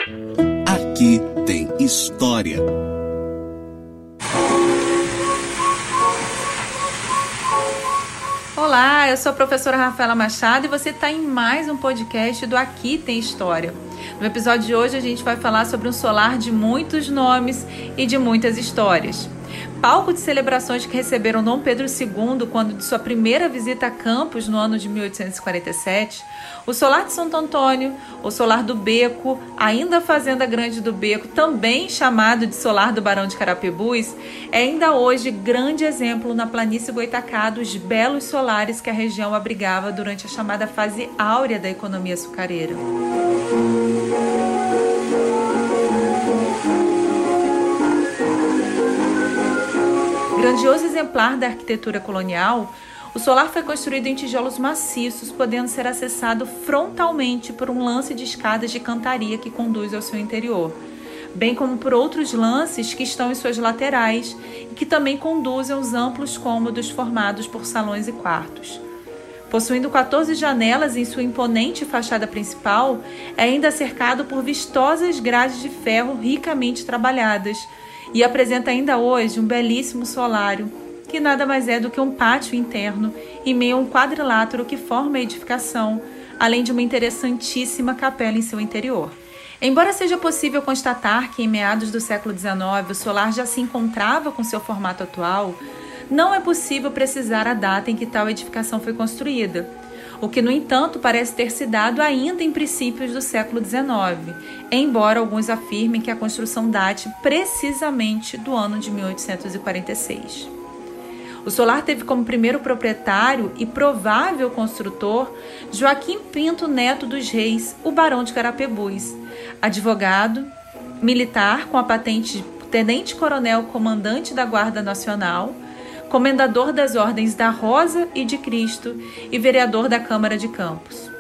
Aqui tem história. Olá, eu sou a professora Rafaela Machado e você está em mais um podcast do Aqui Tem História. No episódio de hoje a gente vai falar sobre um solar de muitos nomes e de muitas histórias. Palco de celebrações que receberam Dom Pedro II quando de sua primeira visita a Campos no ano de 1847, o solar de Santo Antônio, o solar do Beco, ainda a Fazenda Grande do Beco, também chamado de solar do Barão de Carapebus, é ainda hoje grande exemplo na planície Goitacá dos belos solares que a região abrigava durante a chamada fase áurea da economia açucareira. Grandioso exemplar da arquitetura colonial, o solar foi construído em tijolos maciços, podendo ser acessado frontalmente por um lance de escadas de cantaria que conduz ao seu interior, bem como por outros lances que estão em suas laterais e que também conduzem aos amplos cômodos formados por salões e quartos. Possuindo 14 janelas em sua imponente fachada principal, é ainda cercado por vistosas grades de ferro ricamente trabalhadas, e apresenta ainda hoje um belíssimo solário, que nada mais é do que um pátio interno em meio a um quadrilátero que forma a edificação, além de uma interessantíssima capela em seu interior. Embora seja possível constatar que em meados do século XIX o solar já se encontrava com seu formato atual, não é possível precisar a data em que tal edificação foi construída, o que, no entanto, parece ter se dado ainda em princípios do século XIX, embora alguns afirmem que a construção date precisamente do ano de 1846. O solar teve como primeiro proprietário e provável construtor Joaquim Pinto Neto dos Reis, o Barão de Carapebus, advogado, militar com a patente de tenente-coronel comandante da Guarda Nacional, comendador das Ordens da Rosa e de Cristo e vereador da Câmara de Campos.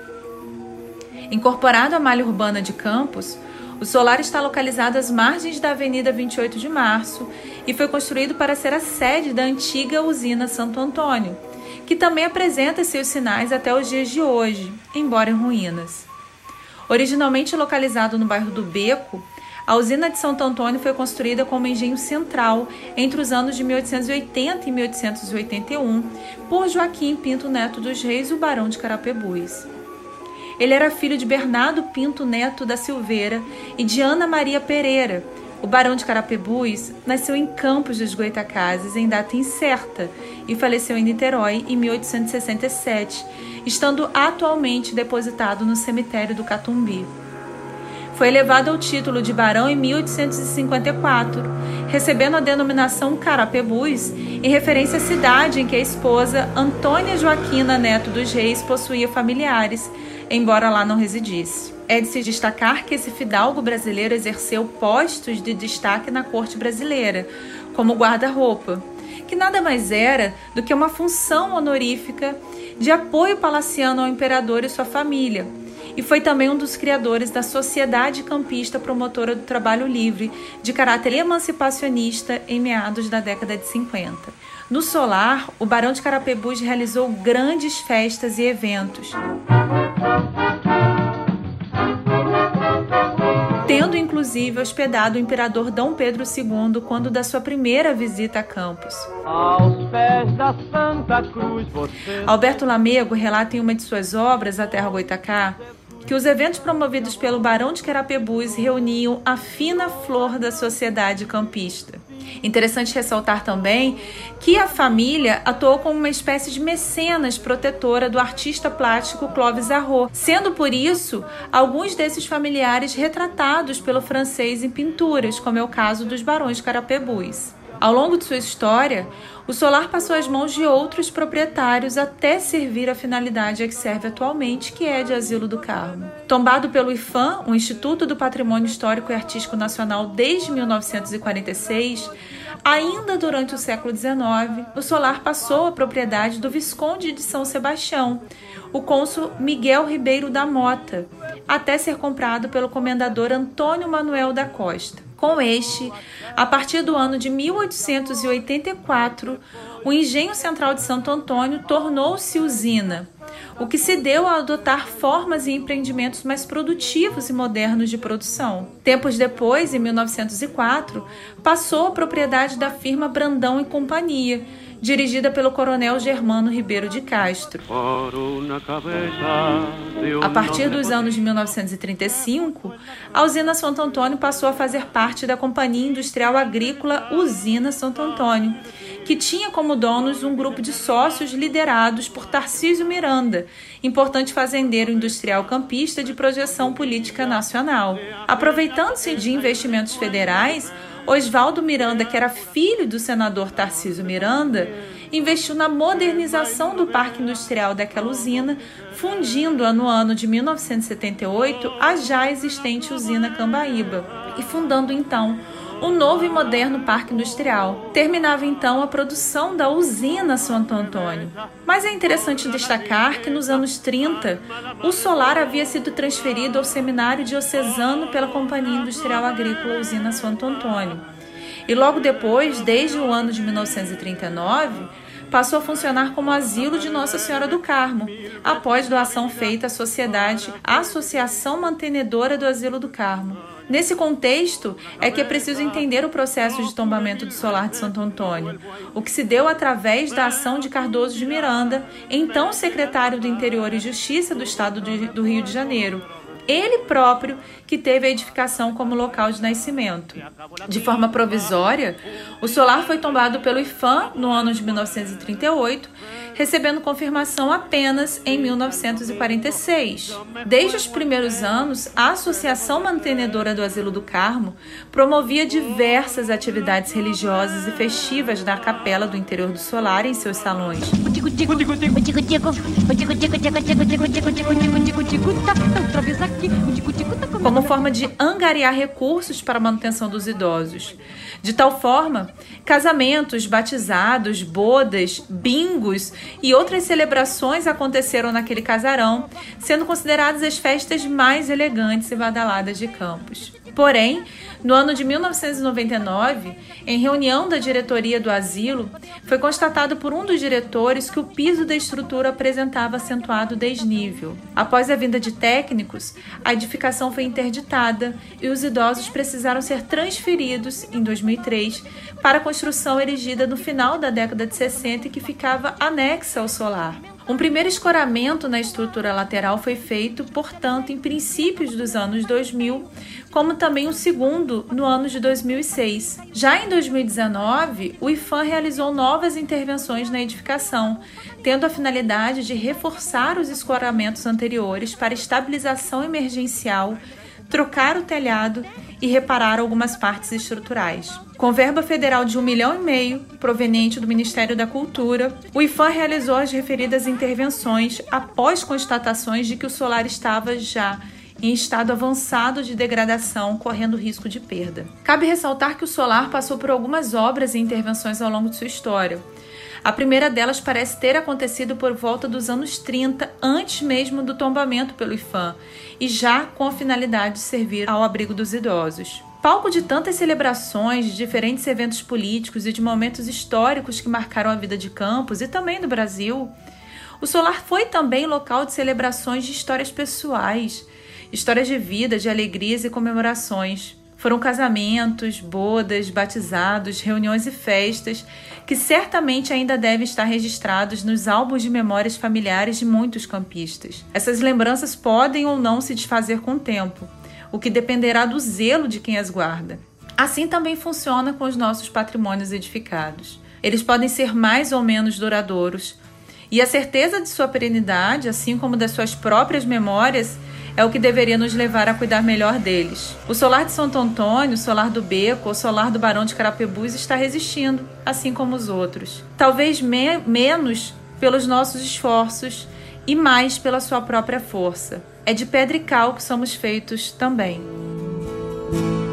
Incorporado à malha urbana de Campos, o solar está localizado às margens da Avenida 28 de Março e foi construído para ser a sede da antiga usina Santo Antônio, que também apresenta seus sinais até os dias de hoje, embora em ruínas. Originalmente localizado no bairro do Beco, a usina de Santo Antônio foi construída como engenho central entre os anos de 1880 e 1881 por Joaquim Pinto Neto dos Reis, o Barão de Carapebus. Ele era filho de Bernardo Pinto Neto da Silveira e de Ana Maria Pereira. O Barão de Carapebus nasceu em Campos dos Goitacazes em data incerta e faleceu em Niterói em 1867, estando atualmente depositado no cemitério do Catumbi. Foi elevado ao título de barão em 1854, recebendo a denominação Carapebus em referência à cidade em que a esposa Antônia Joaquina Neto dos Reis possuía familiares, embora lá não residisse. É de se destacar que esse fidalgo brasileiro exerceu postos de destaque na corte brasileira, como guarda-roupa, que nada mais era do que uma função honorífica de apoio palaciano ao imperador e sua família, e foi também um dos criadores da Sociedade Campista Promotora do Trabalho Livre, de caráter emancipacionista, em meados da década de 50. No solar, o Barão de Carapebus realizou grandes festas e eventos, tendo inclusive hospedado o imperador Dom Pedro II quando da sua primeira visita a Campos. Aos pés da Santa Cruz, Alberto Lamego relata em uma de suas obras, A Terra Goitacá, que os eventos promovidos pelo Barão de Carapebus reuniam a fina flor da sociedade campista. Interessante ressaltar também que a família atuou como uma espécie de mecenas protetora do artista plástico Clóvis Arrot, sendo por isso alguns desses familiares retratados pelo francês em pinturas, como é o caso dos Barões de Carapebus. Ao longo de sua história, o solar passou às mãos de outros proprietários até servir a finalidade a que serve atualmente, que é de Asilo do Carmo. Tombado pelo IPHAN, o Instituto do Patrimônio Histórico e Artístico Nacional, desde 1946, ainda durante o século XIX, o solar passou à propriedade do Visconde de São Sebastião, o cônsul Miguel Ribeiro da Mota, até ser comprado pelo comendador Antônio Manuel da Costa. Com este, a partir do ano de 1884, o engenho central de Santo Antônio tornou-se usina, o que se deu a adotar formas e empreendimentos mais produtivos e modernos de produção. Tempos depois, em 1904, passou a propriedade da firma Brandão e Companhia, dirigida pelo coronel Germano Ribeiro de Castro. A partir dos anos de 1935, a usina Santo Antônio passou a fazer parte da Companhia Industrial Agrícola Usina Santo Antônio, que tinha como donos um grupo de sócios liderados por Tarcísio Miranda, importante fazendeiro industrial campista de projeção política nacional. Aproveitando-se de investimentos federais, Oswaldo Miranda, que era filho do senador Tarcísio Miranda, investiu na modernização do parque industrial daquela usina, fundindo-a no ano de 1978 a já existente usina Cambaíba e fundando então um novo e moderno parque industrial. Terminava então a produção da usina Santo Antônio. Mas é interessante destacar que nos anos 30, o solar havia sido transferido ao Seminário Diocesano pela Companhia Industrial Agrícola Usina Santo Antônio. E logo depois, desde o ano de 1939, passou a funcionar como asilo de Nossa Senhora do Carmo, após doação feita à sociedade Associação Mantenedora do Asilo do Carmo. Nesse contexto, é que é preciso entender o processo de tombamento do solar de Santo Antônio, o que se deu através da ação de Cardoso de Miranda, então secretário do Interior e Justiça do Estado do Rio de Janeiro. Ele próprio que teve a edificação como local de nascimento. De forma provisória, o solar foi tombado pelo IPHAN no ano de 1938, recebendo confirmação apenas em 1946. Desde os primeiros anos, a Associação Mantenedora do Asilo do Carmo promovia diversas atividades religiosas e festivas na capela do interior do solar em seus salões. Como forma de angariar recursos para a manutenção dos idosos. De tal forma, casamentos, batizados, bodas, bingos e outras celebrações aconteceram naquele casarão, sendo consideradas as festas mais elegantes e badaladas de Campos. Porém, no ano de 1999, em reunião da diretoria do asilo, foi constatado por um dos diretores que o piso da estrutura apresentava acentuado desnível. Após a vinda de técnicos, a edificação foi interditada e os idosos precisaram ser transferidos, em 2003, para a construção erigida no final da década de 60 e que ficava anexa ao solar. Um primeiro escoramento na estrutura lateral foi feito, portanto, em princípios dos anos 2000, como também um segundo no ano de 2006. Já em 2019, o IPHAN realizou novas intervenções na edificação, tendo a finalidade de reforçar os escoramentos anteriores para estabilização emergencial, trocar o telhado e reparar algumas partes estruturais. Com verba federal de R$1,5 milhão, proveniente do Ministério da Cultura, o IPHAN realizou as referidas intervenções após constatações de que o solar estava já em estado avançado de degradação, correndo risco de perda. Cabe ressaltar que o solar passou por algumas obras e intervenções ao longo de sua história. A primeira delas parece ter acontecido por volta dos anos 30, antes mesmo do tombamento pelo IPHAN, e já com a finalidade de servir ao abrigo dos idosos. Palco de tantas celebrações, de diferentes eventos políticos e de momentos históricos que marcaram a vida de Campos e também do Brasil, o solar foi também local de celebrações de histórias pessoais, histórias de vida, de alegrias e comemorações. Foram casamentos, bodas, batizados, reuniões e festas que certamente ainda devem estar registrados nos álbuns de memórias familiares de muitos campistas. Essas lembranças podem ou não se desfazer com o tempo, o que dependerá do zelo de quem as guarda. Assim também funciona com os nossos patrimônios edificados. Eles podem ser mais ou menos duradouros, e a certeza de sua perenidade, assim como das suas próprias memórias, é o que deveria nos levar a cuidar melhor deles. O solar de Santo Antônio, o solar do Beco, o solar do Barão de Carapebus está resistindo, assim como os outros. Talvez menos pelos nossos esforços e mais pela sua própria força. É de pedra e cal que somos feitos também.